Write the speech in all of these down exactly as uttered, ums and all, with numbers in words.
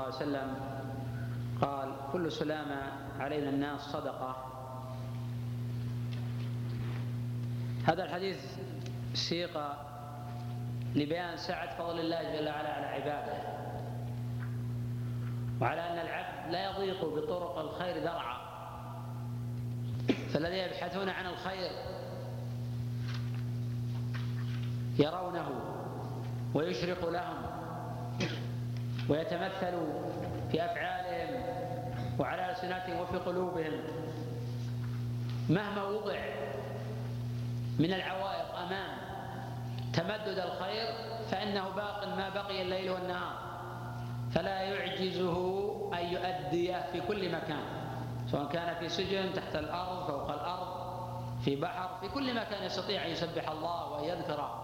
الله عليه وسلم قال: كل سلامة علينا الناس صدقة. هذا الحديث سيق لبيان سعة فضل الله جل وعلا على عباده، وعلى أن العبد لا يضيق بطرق الخير ذرعا، فالذين يبحثون عن الخير يرونه ويشرق لهم ويتمثل في أفعالهم وعلى ألسنتهم وفي قلوبهم، مهما وضع من العوائق أمام تمدد الخير فإنه باق ما بقي الليل والنهار، فلا يعجزه أن يؤديه في كل مكان، سواء كان في سجن، تحت الأرض، فوق الأرض، في بحر، في كل مكان يستطيع أن يسبح الله وأن يذكره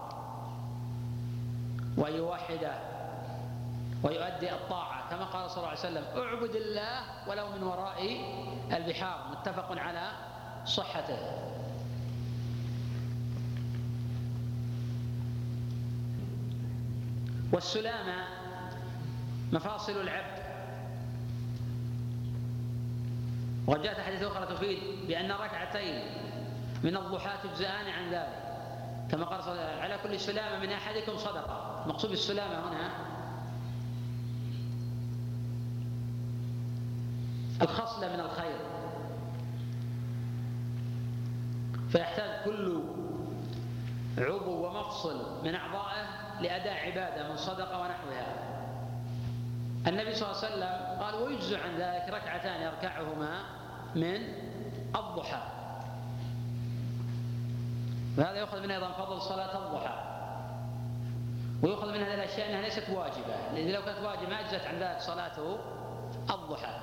وأن يوحده ويؤدي الطاعة، كما قال صلى الله عليه وسلم: اعبد الله ولو من وراء البحار، متفق على صحته. والسلامة مفاصل العبد، وجاءت حديث أخرى تفيد بأن ركعتين من الضحى تجزئان عن ذلك، كما قال صلى الله عليه وسلم: على كل سلامة من أحدكم صدقة. مقصود السلامة هنا الخصلة من الخير، فيحتاج كل عضو ومفصل من أعضائه لأداء عبادة من صدقة ونحوها. النبي صلى الله عليه وسلم قال: ويجزء عن ذلك ركعتان يركعهما من الضحى. وهذا يأخذ منها أيضا فضل صلاة الضحى، ويأخذ منها هذه الأشياء أنها ليست واجبة، لأن لو كانت واجبة ما أجزت عن ذلك صلاة الضحى.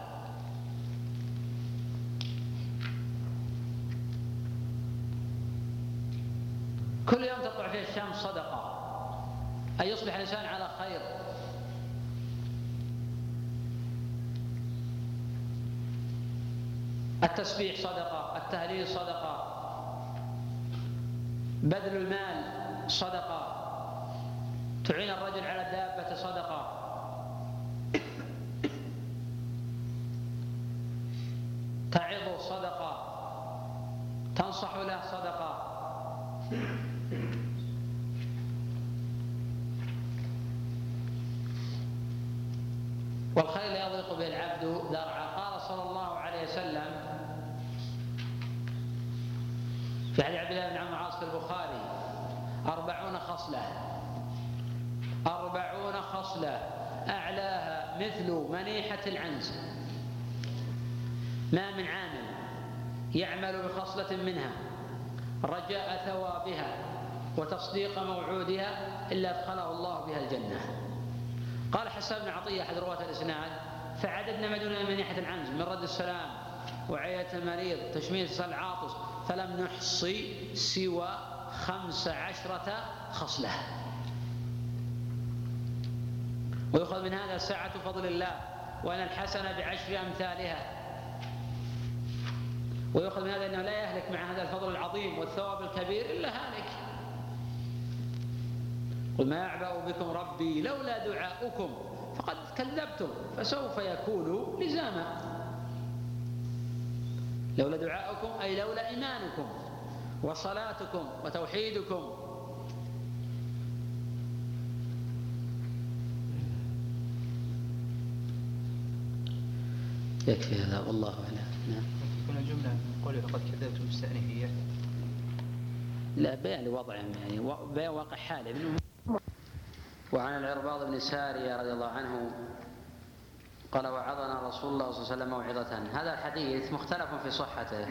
كل يوم تطلع فيه الشمس صدقة، أن يصبح الإنسان على خير. التسبيح صدقة، التهليل صدقة، بذل المال صدقة، تعين الرجل على الدابة صدقة، تعظه صدقة، تنصح له صدقة. والخير لا يضيق به العبد ذرعا. قال صلى الله عليه وسلم في حديث عبد الله بن عمرو العاص في البخاري: أربعون خصلة أربعون خصلة أعلاها مثل منيحة العنز، ما من عامل يعمل بخصلة منها رجاء ثوابها وتصديق موعودها إلا أدخله الله بها الجنة. قال حسان بن عطية أحد رواة الإسناد: فعددنا ما دون منيحة العنز من رد السلام وعية المريض تشميت العاطس فلم نحصي سوى خمس عشرة خصلة. ويؤخذ من هذا سعة فضل الله، وأن الحسنة بعشر أمثالها. ويؤخذ من هذا أنه لا يهلك مع هذا الفضل العظيم والثواب الكبير إلا هالك. قل ما يعبأ بكم ربي لولا دعاؤكم فقد كذبتم فسوف يكون لزاما. لولا دعاؤكم أي لولا إيمانكم وصلاتكم وتوحيدكم. يكفي هذا والله أعلم. نعم. تكون الجملة من قوله فقد كذبتم مستأنفية؟ لا، بيان لوضع يعني بيان واقع حالي منه. وعن العرباض بن سارية رضي الله عنه قال: وعظنا رسول الله صلى الله عليه وسلم موعظة. هذا الحديث مختلف في صحته،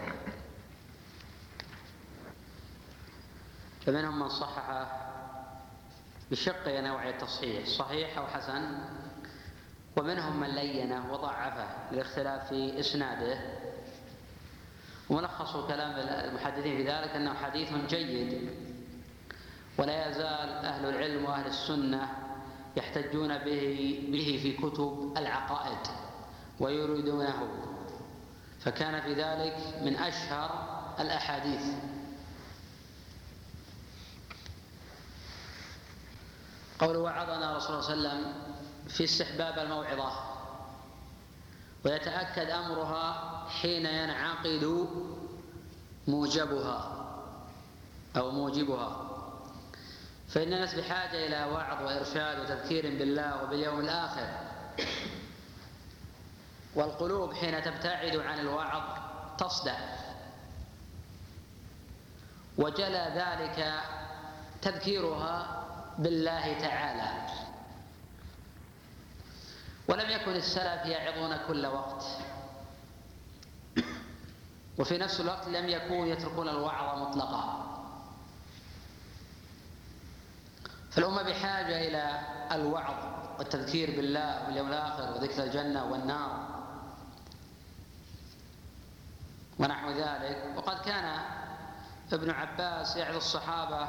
فمنهم من صححه بشق نوع التصحيح صحيح أو حسن، ومنهم من لينه وضعفه للاختلاف في إسناده. وملخص كلام المحدثين في ذلك أنه حديث جيد، ولا يزال أهل العلم وأهل السنة يحتجون به, به في كتب العقائد ويريدونه، فكان في ذلك من أشهر الأحاديث. قوله وعظنا رسول الله صلى الله عليه وسلم في استحباب الموعظة، ويتأكد أمرها حين ينعقد موجبها أو موجبها. فإن الناس بحاجة إلى وعظ وإرشاد وتذكير بالله وباليوم الآخر، والقلوب حين تبتعد عن الوعظ تصدأ، وجلى ذلك تذكيرها بالله تعالى. ولم يكن السلف يعظون كل وقت، وفي نفس الوقت لم يكونوا يتركون الوعظ مطلقا. فالأمة بحاجة إلى الوعظ والتذكير بالله واليوم الآخر وذكر الجنة والنار ونحو ذلك. وقد كان ابن عباس يعظ الصحابة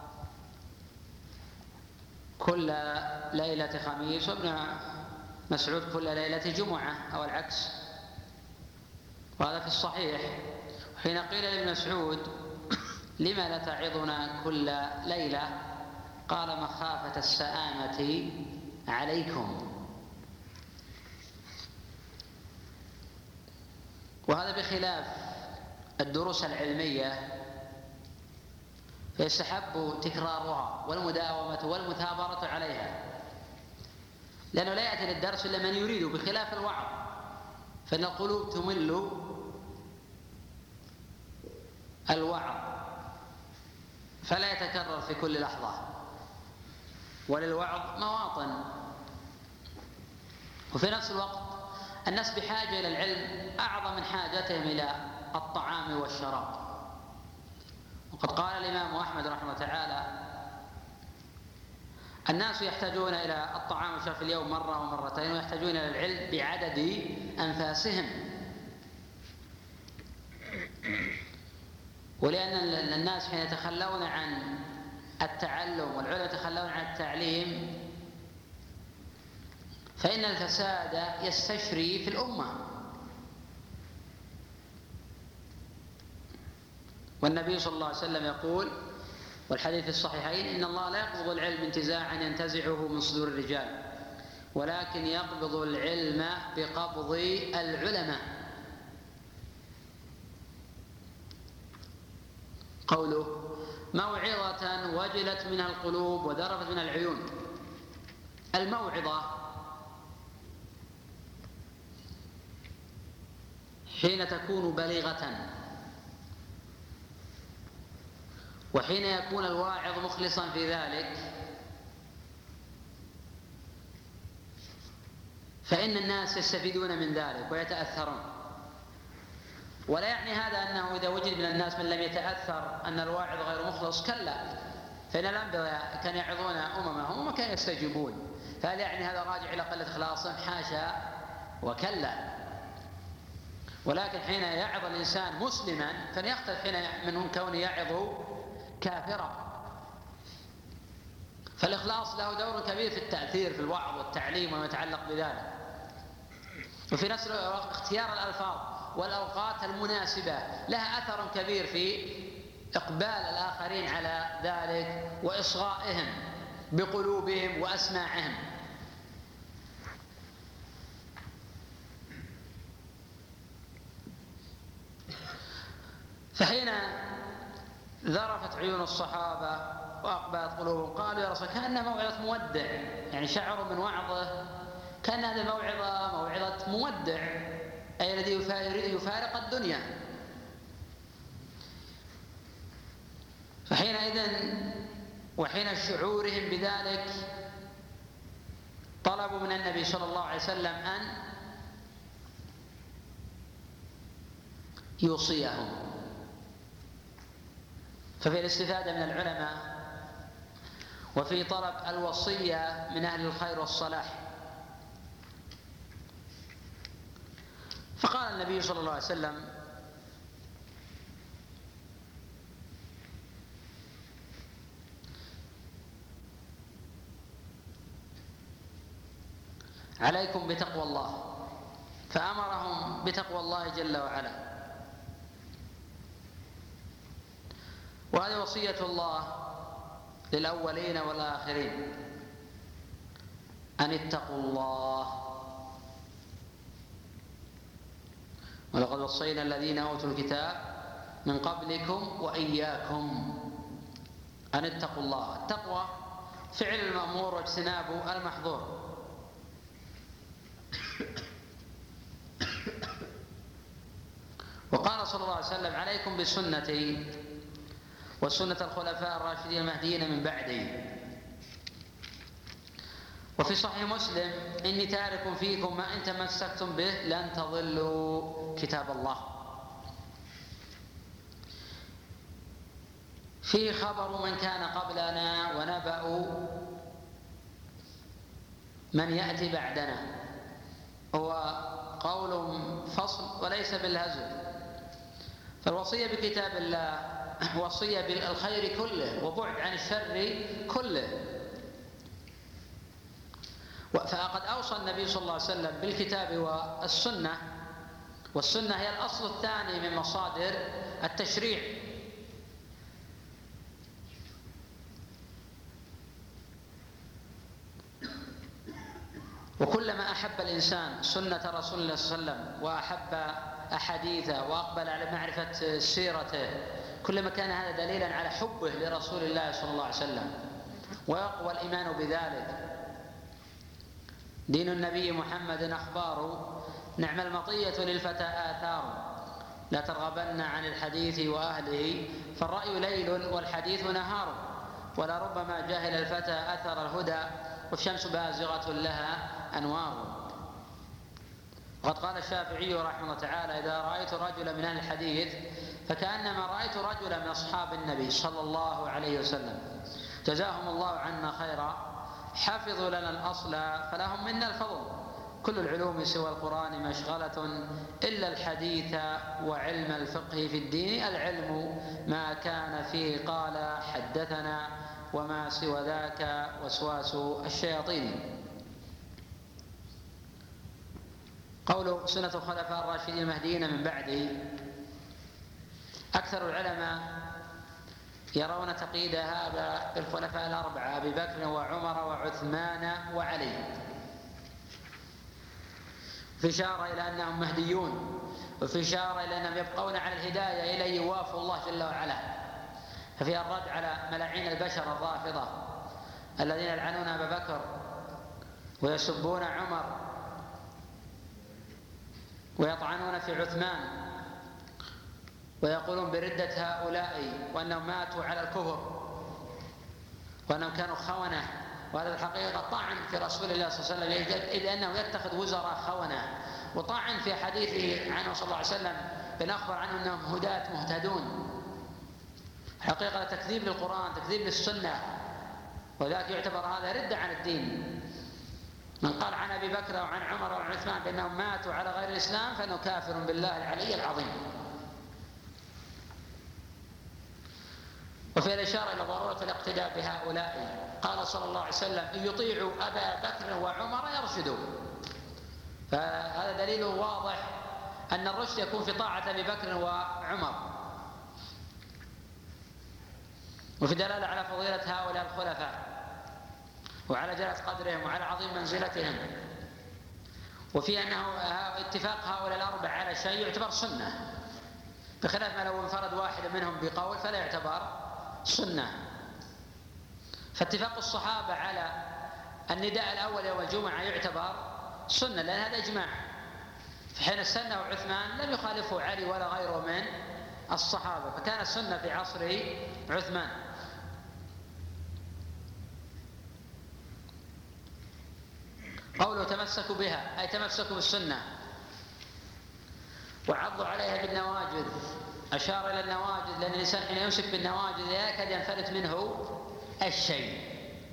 كل ليلة خميس، وابن مسعود كل ليلة جمعة أو العكس، وهذا في الصحيح. حين قيل لابن مسعود لما لا تعظنا كل ليلة؟ قال مخافة السآمة عليكم. وهذا بخلاف الدروس العلمية، فيستحب تكرارها والمداومة والمثابرة عليها، لأنه لا يأتي للدرس إلا من يريد، بخلاف الوعظ فإن القلوب تمل الوعظ فلا يتكرر في كل لحظة، وللوعظ مواطن. وفي نفس الوقت الناس بحاجة إلى العلم أعظم من حاجتهم إلى الطعام والشراب. وقد قال الإمام أحمد رحمه الله تعالى: الناس يحتاجون إلى الطعام والشراب في اليوم مرة ومرتين، ويحتاجون إلى العلم بعدد أنفاسهم. ولأن الناس حين يتخلون عن التعلم والعلماء يتخلون عن التعليم فإن الفساد يستشري في الأمة. والنبي صلى الله عليه وسلم يقول، والحديث في الصحيحين: إن الله لا يقبض العلم انتزاعا ينتزعه من صدور الرجال، ولكن يقبض العلم بقبض العلماء. قوله: موعظة وجلت منها القلوب وذرفت منها العيون. الموعظة حين تكون بليغة، وحين يكون الواعظ مخلصا في ذلك، فإن الناس يستفيدون من ذلك ويتأثرون. ولا يعني هذا أنه إذا وجد من الناس من لم يتأثر أن الواعظ غير مخلص، كلا، فإن الأنبياء كانوا يعظون أممهم وما كانوا يستجيبون، فهل يعني هذا راجع إلى قلة إخلاصهم؟ حاشا وكلا. ولكن حين يعظ الإنسان مسلما فليختلف حين من كونه يعظ كافرا. فالإخلاص له دور كبير في التأثير في الوعظ والتعليم وما يتعلق بذلك. وفي نفس الوقت اختيار الألفاظ والأوقات المناسبة لها أثر كبير في إقبال الآخرين على ذلك وإصغائهم بقلوبهم وأسماعهم. فحين ذرفت عيون الصحابة وأقبلت قلوبهم قالوا: يا رسول الله، كأنها موعظة مودع، يعني شعروا من وعظه كأن هذه الموعظة موعظة مودع، أي الذي يريد يفارق الدنيا. فحينئذ وحين شعورهم بذلك طلبوا من النبي صلى الله عليه وسلم أن يوصيهم. ففي الاستفادة من العلماء وفي طلب الوصية من أهل الخير والصلاح. فقال النبي صلى الله عليه وسلم: عليكم بتقوى الله، فأمرهم بتقوى الله جل وعلا. وهذه وصية الله للأولين والآخرين، أن اتقوا الله. ولقد وصينا الذين أوتوا الكتاب من قبلكم وإياكم أن اتقوا الله. التقوى فعل المأمور واجتناب المحظور. وقال صلى الله عليه وسلم: عليكم بسنتي وسنة الخلفاء الراشدين المهديين من بعدي. وفي صحيح مسلم: إني تارك فيكم ما إن تمسكتم به لن تضلوا كتاب الله. فيه خبر من كان قبلنا ونبأ من يأتي بعدنا. هو قول فصل وليس بالهزل. فالوصية بكتاب الله وصية بالخير كله وبعد عن الشر كله. فقد أوصى النبي صلى الله عليه وسلم بالكتاب والسنة، والسنة هي الأصل الثاني من مصادر التشريع. وكلما أحب الإنسان سنة رسول الله صلى الله عليه وسلم وأحب أحاديثه وأقبل على معرفة سيرته، كلما كان هذا دليلا على حبه لرسول الله صلى الله عليه وسلم، ويقوى الإيمان بذلك. دين النبي محمد أخبار، نعم المطية للفتى آثار، لا ترغبن عن الحديث وأهله فالرأي ليل والحديث نهار، ولربما جاهل الفتى أثر الهدى والشمس بازغة لها أنوار. وقد قال الشافعي رحمه الله تعالى: إذا رأيت رجلا من أهل الحديث فكأنما رأيت رجلا من أصحاب النبي صلى الله عليه وسلم، جزاهم الله عنا خيرا، حفظوا لنا الأصل فلهم منا الفضل، كل العلوم سوى القرآن مشغلة إلا الحديث وعلم الفقه في الدين، العلم ما كان فيه قال حدثنا وما سوى ذاك وسواس الشياطين. قول سنة الخلفاء الراشدين المهديين من بعدي، أكثر العلماء يرون تقييد هذا بالخلفاء الأربعة أبي بكر وعمر وعثمان وعلي، في إشارة إلى أنهم مهديون، وفي إشارة إلى أنهم يبقون على الهداية إلى يوافوا الله جل وعلا. ففيها الرد على ملاعين البشر الرافضة الذين يلعنون أبا بكر ويسبون عمر ويطعنون في عثمان ويقولون بردة هؤلاء وأنهم ماتوا على الكفر وأنهم كانوا خونة، وهذا الحقيقة طعن في رسول الله صلى الله عليه وسلم، إذ أنه يتخذ وزراء خونة، وطعن في حديثه عنه صلى الله عليه وسلم بأن أخبر عنه أنهم هداة مهتدون. حقيقة تكذيب للقرآن، تكذيب للسنة، وذلك يعتبر هذا ردة عن الدين. من قال عن أبي بكر وعن عمر وعن عثمان بأنهم ماتوا على غير الإسلام فإنه كافر بالله العلي العظيم. وفي الإشارة إلى ضرورة الاقتداء بهؤلاء، قال صلى الله عليه وسلم: إن يطيعوا أبا بكر وعمر يرشدوا. فهذا دليل واضح أن الرشد يكون في طاعة أبي بكر وعمر. وفي دلالة على فضيلة هؤلاء الخلفاء وعلى جلالة قدرهم وعلى عظيم منزلتهم، وفي أنه اتفاق هؤلاء الأربعة على شيء يعتبر سنة، بخلاف ما لو انفرد واحد منهم بقول فلا يعتبر سنة. فاتفاق الصحابة على النداء الأول يوم الجمعة يعتبر سنة، لأن هذا إجماع. في حين استنى عثمان لم يخالفه علي ولا غيره من الصحابة، فكان السنة في عصر عثمان. قوله تمسكوا بها أي تمسكوا بالسنة وعضوا عليها بالنواجذ، أشار إلى النواجذ لأن الإنسان حين يمسك بالنواجذ لا يكاد ينفلت منه الشيء.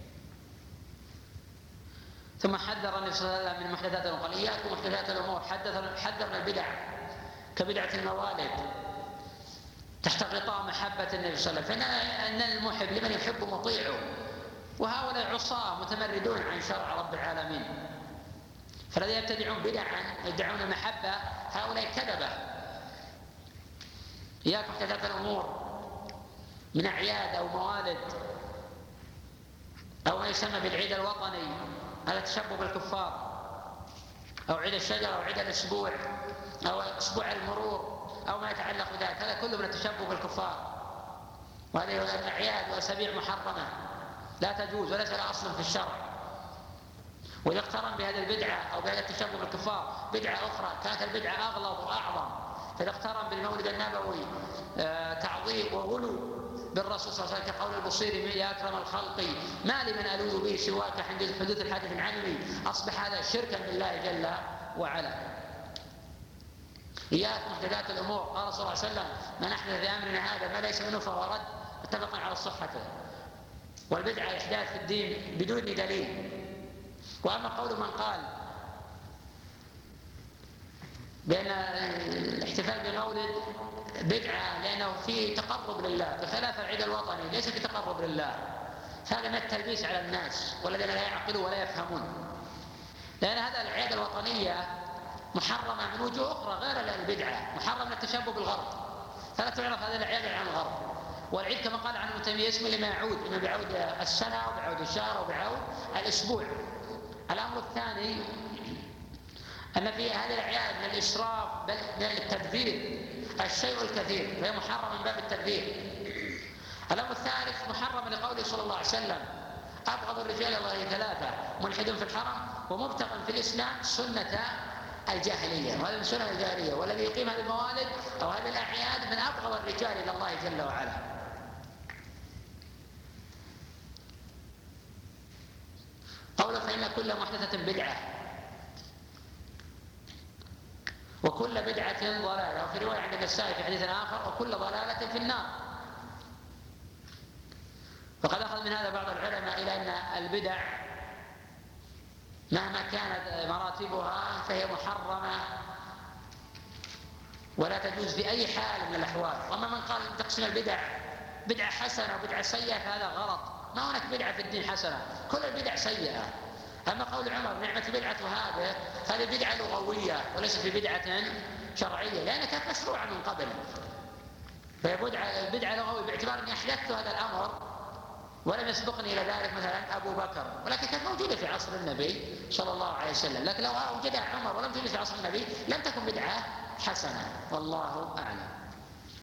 ثم حذر النبي صلى الله عليه وسلم من محدثات الأمور، قال إياكم محدثات الأمور، حذرنا البدع كبدعة الموالد تحت غطاء محبة النبي صلى الله عليه وسلم، فإن المحب لمن يحب مطيعه، وهؤلاء عصاة متمردون عن شرع رب العالمين، فالذين يبتدعون بدعا يدعون المحبة هؤلاء كذبة. إياكم محدثات الأمور من أعياد أو موالد أو ما يسمى بالعيد الوطني، هذا تشبه بالكفار. أو عيد الشجر أو عيد الأسبوع أو أسبوع المرور أو ما يتعلق بذلك، هذا كله من التشبه بالكفار، وهذه الأعياد وأسابيع محرمة لا تجوز وليس لها أصل في الشرع. وإذا اقترن بهذه البدعة أو بهذا التشبه بالكفار بدعة أخرى كانت البدعة أغلظ وأعظم، فإذا اقترن بالمولد النبوي تعظيم وغلو بالرسول صلى الله عليه وسلم كقول البصيري يا أكرم الخلق ما لمن ألوذ به سواك عند حدوث الحادث العنوي، أصبح هذا شركا بالله جل وعلا. إياك محدثات الأمور، قال صلى الله عليه وسلم من أحدث في أمرنا هذا ما ليس منه فهو رد، متفق على صحته. والبدعة إحداث في الدين بدون دليل. وأما قول من قال بأن الاحتفال بالمولد بدعة لأنه فيه تقرب لله بخلاف العيد الوطني ليس فيه تقرب لله، هذا من التلبيس على الناس والذين لا يعقلون ولا يفهمون، لأن هذا الأعياد الوطنية محرمة من وجوه أخرى غير البدعة، محرم من التشبه بالغرب، فلا تعرف هذه الأعياد عن الغرب. والعيد كما قال عنه ابن تيمية اسم لما يعود، إنه بيعود السنة وبيعود الشهر وبيعود الأسبوع. الأمر الثاني أن في هذه الأعياد من الإسراف بل من التبذير الشيء الكثير، فهي محرم من باب التبذير. الأمر الثالث محرم لقوله صلى الله عليه وسلم أبغض الرجال الله ثلاثة ملحد في الحرم ومبتغ في الإسلام سنة الجاهلية، وهذا من سنة الجاهلية، والذي يقيم هذه الموالد أو هذه الأعياد من أبغض الرجال إلى الله جل وعلا. قوله فإن كل محدثة بدعة وكل بدعة ضلالة، وفي رواية عند النسائي في حديث آخر وكل ضلالة في النار. فقد أخذ من هذا بعض العلماء إلى أن البدع مهما كانت مراتبها فهي محرمة ولا تجوز في أي حال من الأحوال. وأما من قال تقسيم البدع بدعة حسنة وبدعة سيئة فهذا غلط، ما هناك بدعة في الدين حسنة، كل البدع سيئة. أما قول عمر نعمة بدعة هذه هذه بدعة لغوية وليست بدعة شرعية لأنها كانت مشروعة من قبل، فهي بدعة لغوية باعتبار أني أحدثت هذا الأمر ولم يسبقني إلى ذلك مثلا أبو بكر، ولكن كانت موجودة في عصر النبي صلى الله عليه وسلم، لكن لو وجدها عمر ولم توجد في عصر النبي لم تكن بدعة حسنة، والله أعلم.